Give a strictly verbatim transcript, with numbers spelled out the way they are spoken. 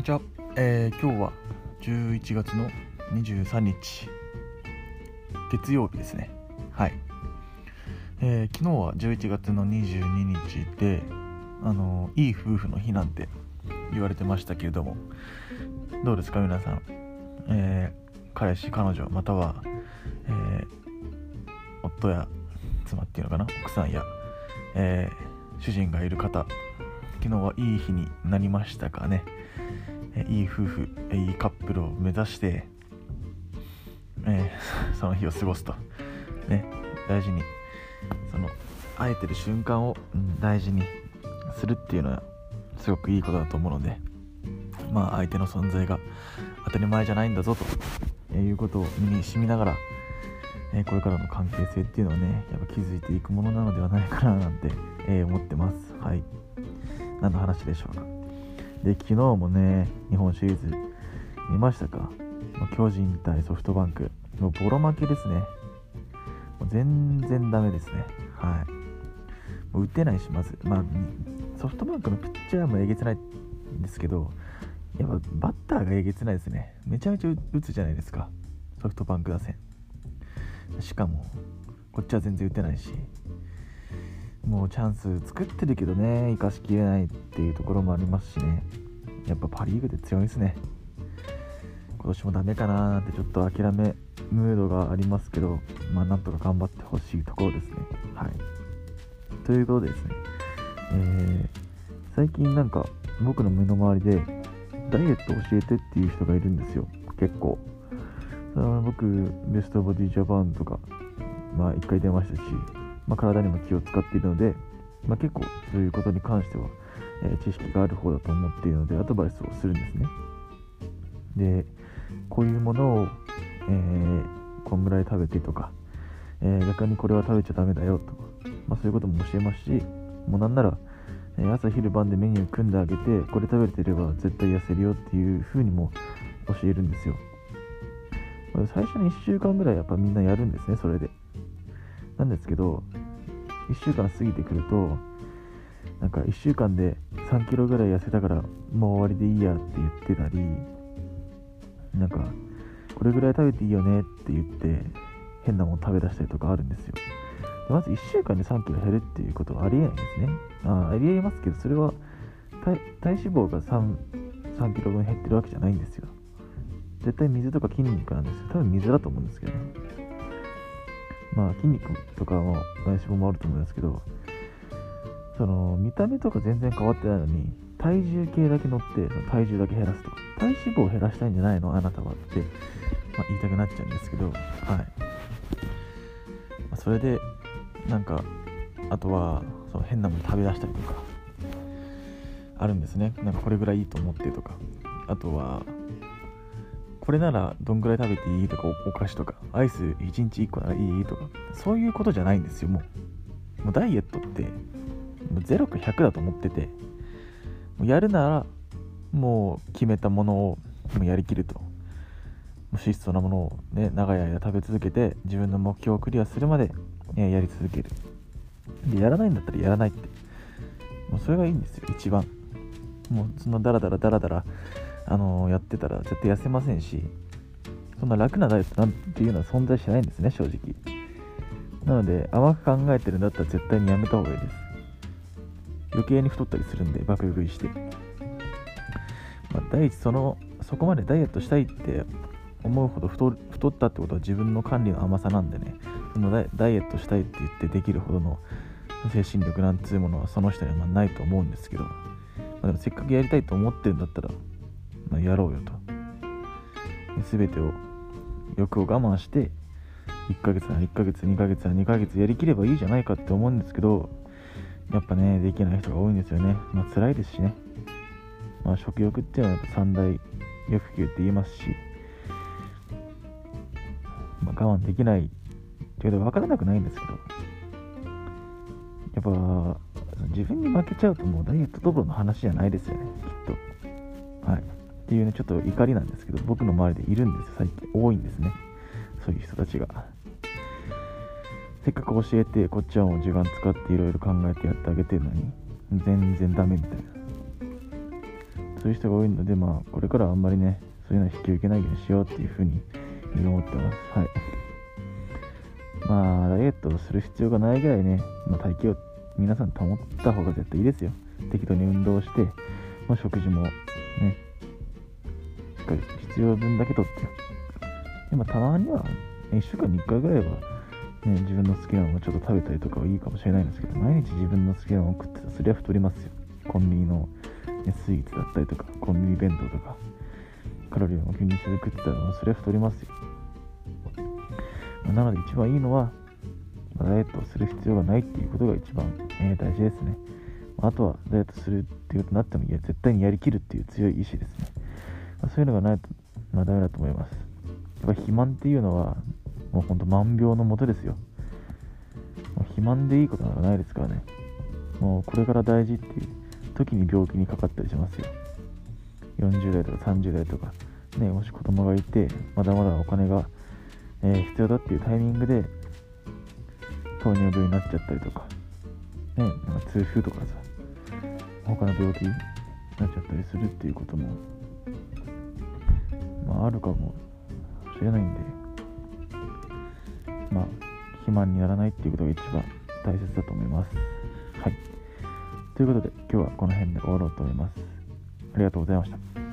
にちは、えー、今日はじゅういちがつのにじゅうさんにち月曜日ですね。はい、えー、昨日はじゅういちがつのにじゅうににちで、あのー、いい夫婦の日なんて言われてましたけれども、どうですか皆さん、えー、彼氏彼女または、えー、夫や妻っていうのかな、奥さんや、えー、主人がいる方、昨日はいい日になりましたかね。えいい夫婦、いいカップルを目指して、えー、その日を過ごすと、ね、大事にその会えてる瞬間を、うん、大事にするっていうのはすごくいいことだと思うので、まあ相手の存在が当たり前じゃないんだぞと、えー、いうことを身に染みながら、えー、これからの関係性っていうのをね、やっぱ築いていくものなのではないかななんて、えー、思ってます。はい、何の話でしょうか。で、昨日もね、日本シリーズ見ましたか。巨人対ソフトバンク、もうボロ負けですね。もう全然ダメですね。はい。もう打てないし、まず、まあ、ソフトバンクのピッチャーもえげつないんですけど、やっぱバッターがえげつないですね。めちゃめちゃ打つじゃないですか、ソフトバンク打線。しかも、こっちは全然打てないし、もうチャンス作ってるけどね、生かしきれないっていうところもありますしね。やっぱパリーグで強いですね。今年もダメかなーなんてちょっと諦めムードがありますけど、まあなんとか頑張ってほしいところですね。はい。ということでですね、えー、最近なんか僕の身の回りでダイエット教えてっていう人がいるんですよ。結構。僕ベストボディジャパンとかまあ一回出ましたし、まあ、体にも気を使っているので、まあ、結構そういうことに関しては、えー、知識がある方だと思っているのでアドバイスをするんですね。で、こういうものを、えー、こんぐらい食べてとか、えー、逆にこれは食べちゃダメだよとか、まあ、そういうことも教えますし、もうなんなら、えー、朝昼晩でメニュー組んであげて、これ食べてれば絶対痩せるよっていう風にも教えるんですよ。最初にいっしゅうかんぐらいやっぱみんなやるんですね。それでなんですけど、いっしゅうかん過ぎてくると、なんかいっしゅうかんでさんキロぐらい痩せたからもう終わりでいいやって言ってたり、なんかこれぐらい食べていいよねって言って変なもの食べ出したりとかあるんですよ。でまずいっしゅうかんでさんキロ減るっていうことはありえないんですね。あありえますけど、それは 体, 体脂肪が 3, 3キロ分減ってるわけじゃないんですよ。絶対水とか筋肉なんですよ。多分水だと思うんですけどね。まあ筋肉とかも内脂肪もあると思うんですけど、その見た目とか全然変わってないのに体重計だけ乗ってその体重だけ減らすと、体脂肪を減らしたいんじゃないのあなたはって、まあ、言いたくなっちゃうんですけど、はい、まあ、それでなんかあとはその変なもの食べ出したりとかあるんですね。なんかこれぐらいいいと思ってとか、あとはこれならどんぐらい食べていいとか、 お, お菓子とかアイスいちにちいっこならいいとか、そういうことじゃないんですよ。もうもうダイエットってもうゼロかひゃくだと思ってて、もうやるならもう決めたものをもうやりきると、もう質素なものを、ね、長い間食べ続けて自分の目標をクリアするまで、ね、やり続ける。でやらないんだったらやらないって、もうそれがいいんですよ一番。もうそのダラダラダラダラあのー、やってたら絶対痩せませんし、そんな楽なダイエットなんていうのは存在しないんですね、正直。なので甘く考えてるんだったら絶対にやめた方がいいです。余計に太ったりするんで、爆食いして、まあ、第一そのそこまでダイエットしたいって思うほど 太, 太ったってことは自分の管理の甘さなんでね、そのダイダイエットしたいって言ってできるほどの精神力なんていうものはその人にはまあないと思うんですけど、まあ、でもせっかくやりたいと思ってるんだったら、まあ、やろうよと。全てを欲を我慢していっかげつないっかげつにかげつはにかげつやりきればいいじゃないかって思うんですけど、やっぱねできない人が多いんですよね。まあ辛いですしね。まあ食欲っていうのはやっぱ三大欲求って言いますし、まあ、我慢できないっていうことは分からなくないんですけど、やっぱ自分に負けちゃうともうダイエットどころの話じゃないですよね、きっと。はいっていうね、ちょっと怒りなんですけど、僕の周りでいるんですよ、最近多いんですね、そういう人たちが。せっかく教えてこっちはもう時間使っていろいろ考えてやってあげてるのに全然ダメみたいな。 そういう人が多いので、まあこれからはあんまりねそういうのを引き受けないようにしようっていうふうに思ってます。はい。まあダイエットをする必要がないぐらいね、まあ、体型を皆さん保った方が絶対いいですよ。適度に運動して、まあ、食事もねしっかり必要分だけとって、でもたまには、ね、いっしゅうかんにいっかいぐらいは、ね、自分の好きなものをちょっと食べたりとかはいいかもしれないんですけど、毎日自分の好きなものを食ってたらそりゃ太りますよ。コンビニの、ね、スイーツだったりとかコンビニ弁当とかカロリーを気にせず食ってたらそりゃ太りますよ。なので一番いいのはダイエットをする必要がないっていうことが一番、えー、大事ですね。あとはダイエットするっていうことになってもいや絶対にやりきるっていう強い意志ですね。まあ、そういうのがないと、まあ、ダメだと思います。やっぱ肥満っていうのはもうほんと万病のもとですよ。もう肥満でいいことなんかないですからね。もうこれから大事っていう時に病気にかかったりしますよ。よんじゅうだいとかさんじゅうだいとかね、もし子供がいてまだまだお金が、えー、必要だっていうタイミングで糖尿病になっちゃったりとかね、なんか痛風とかさ他の病気になっちゃったりするっていうこともまああるかもしれないんで、まあ肥満にならないっていうことが一番大切だと思います。はい。ということで今日はこの辺で終わろうと思います。ありがとうございました。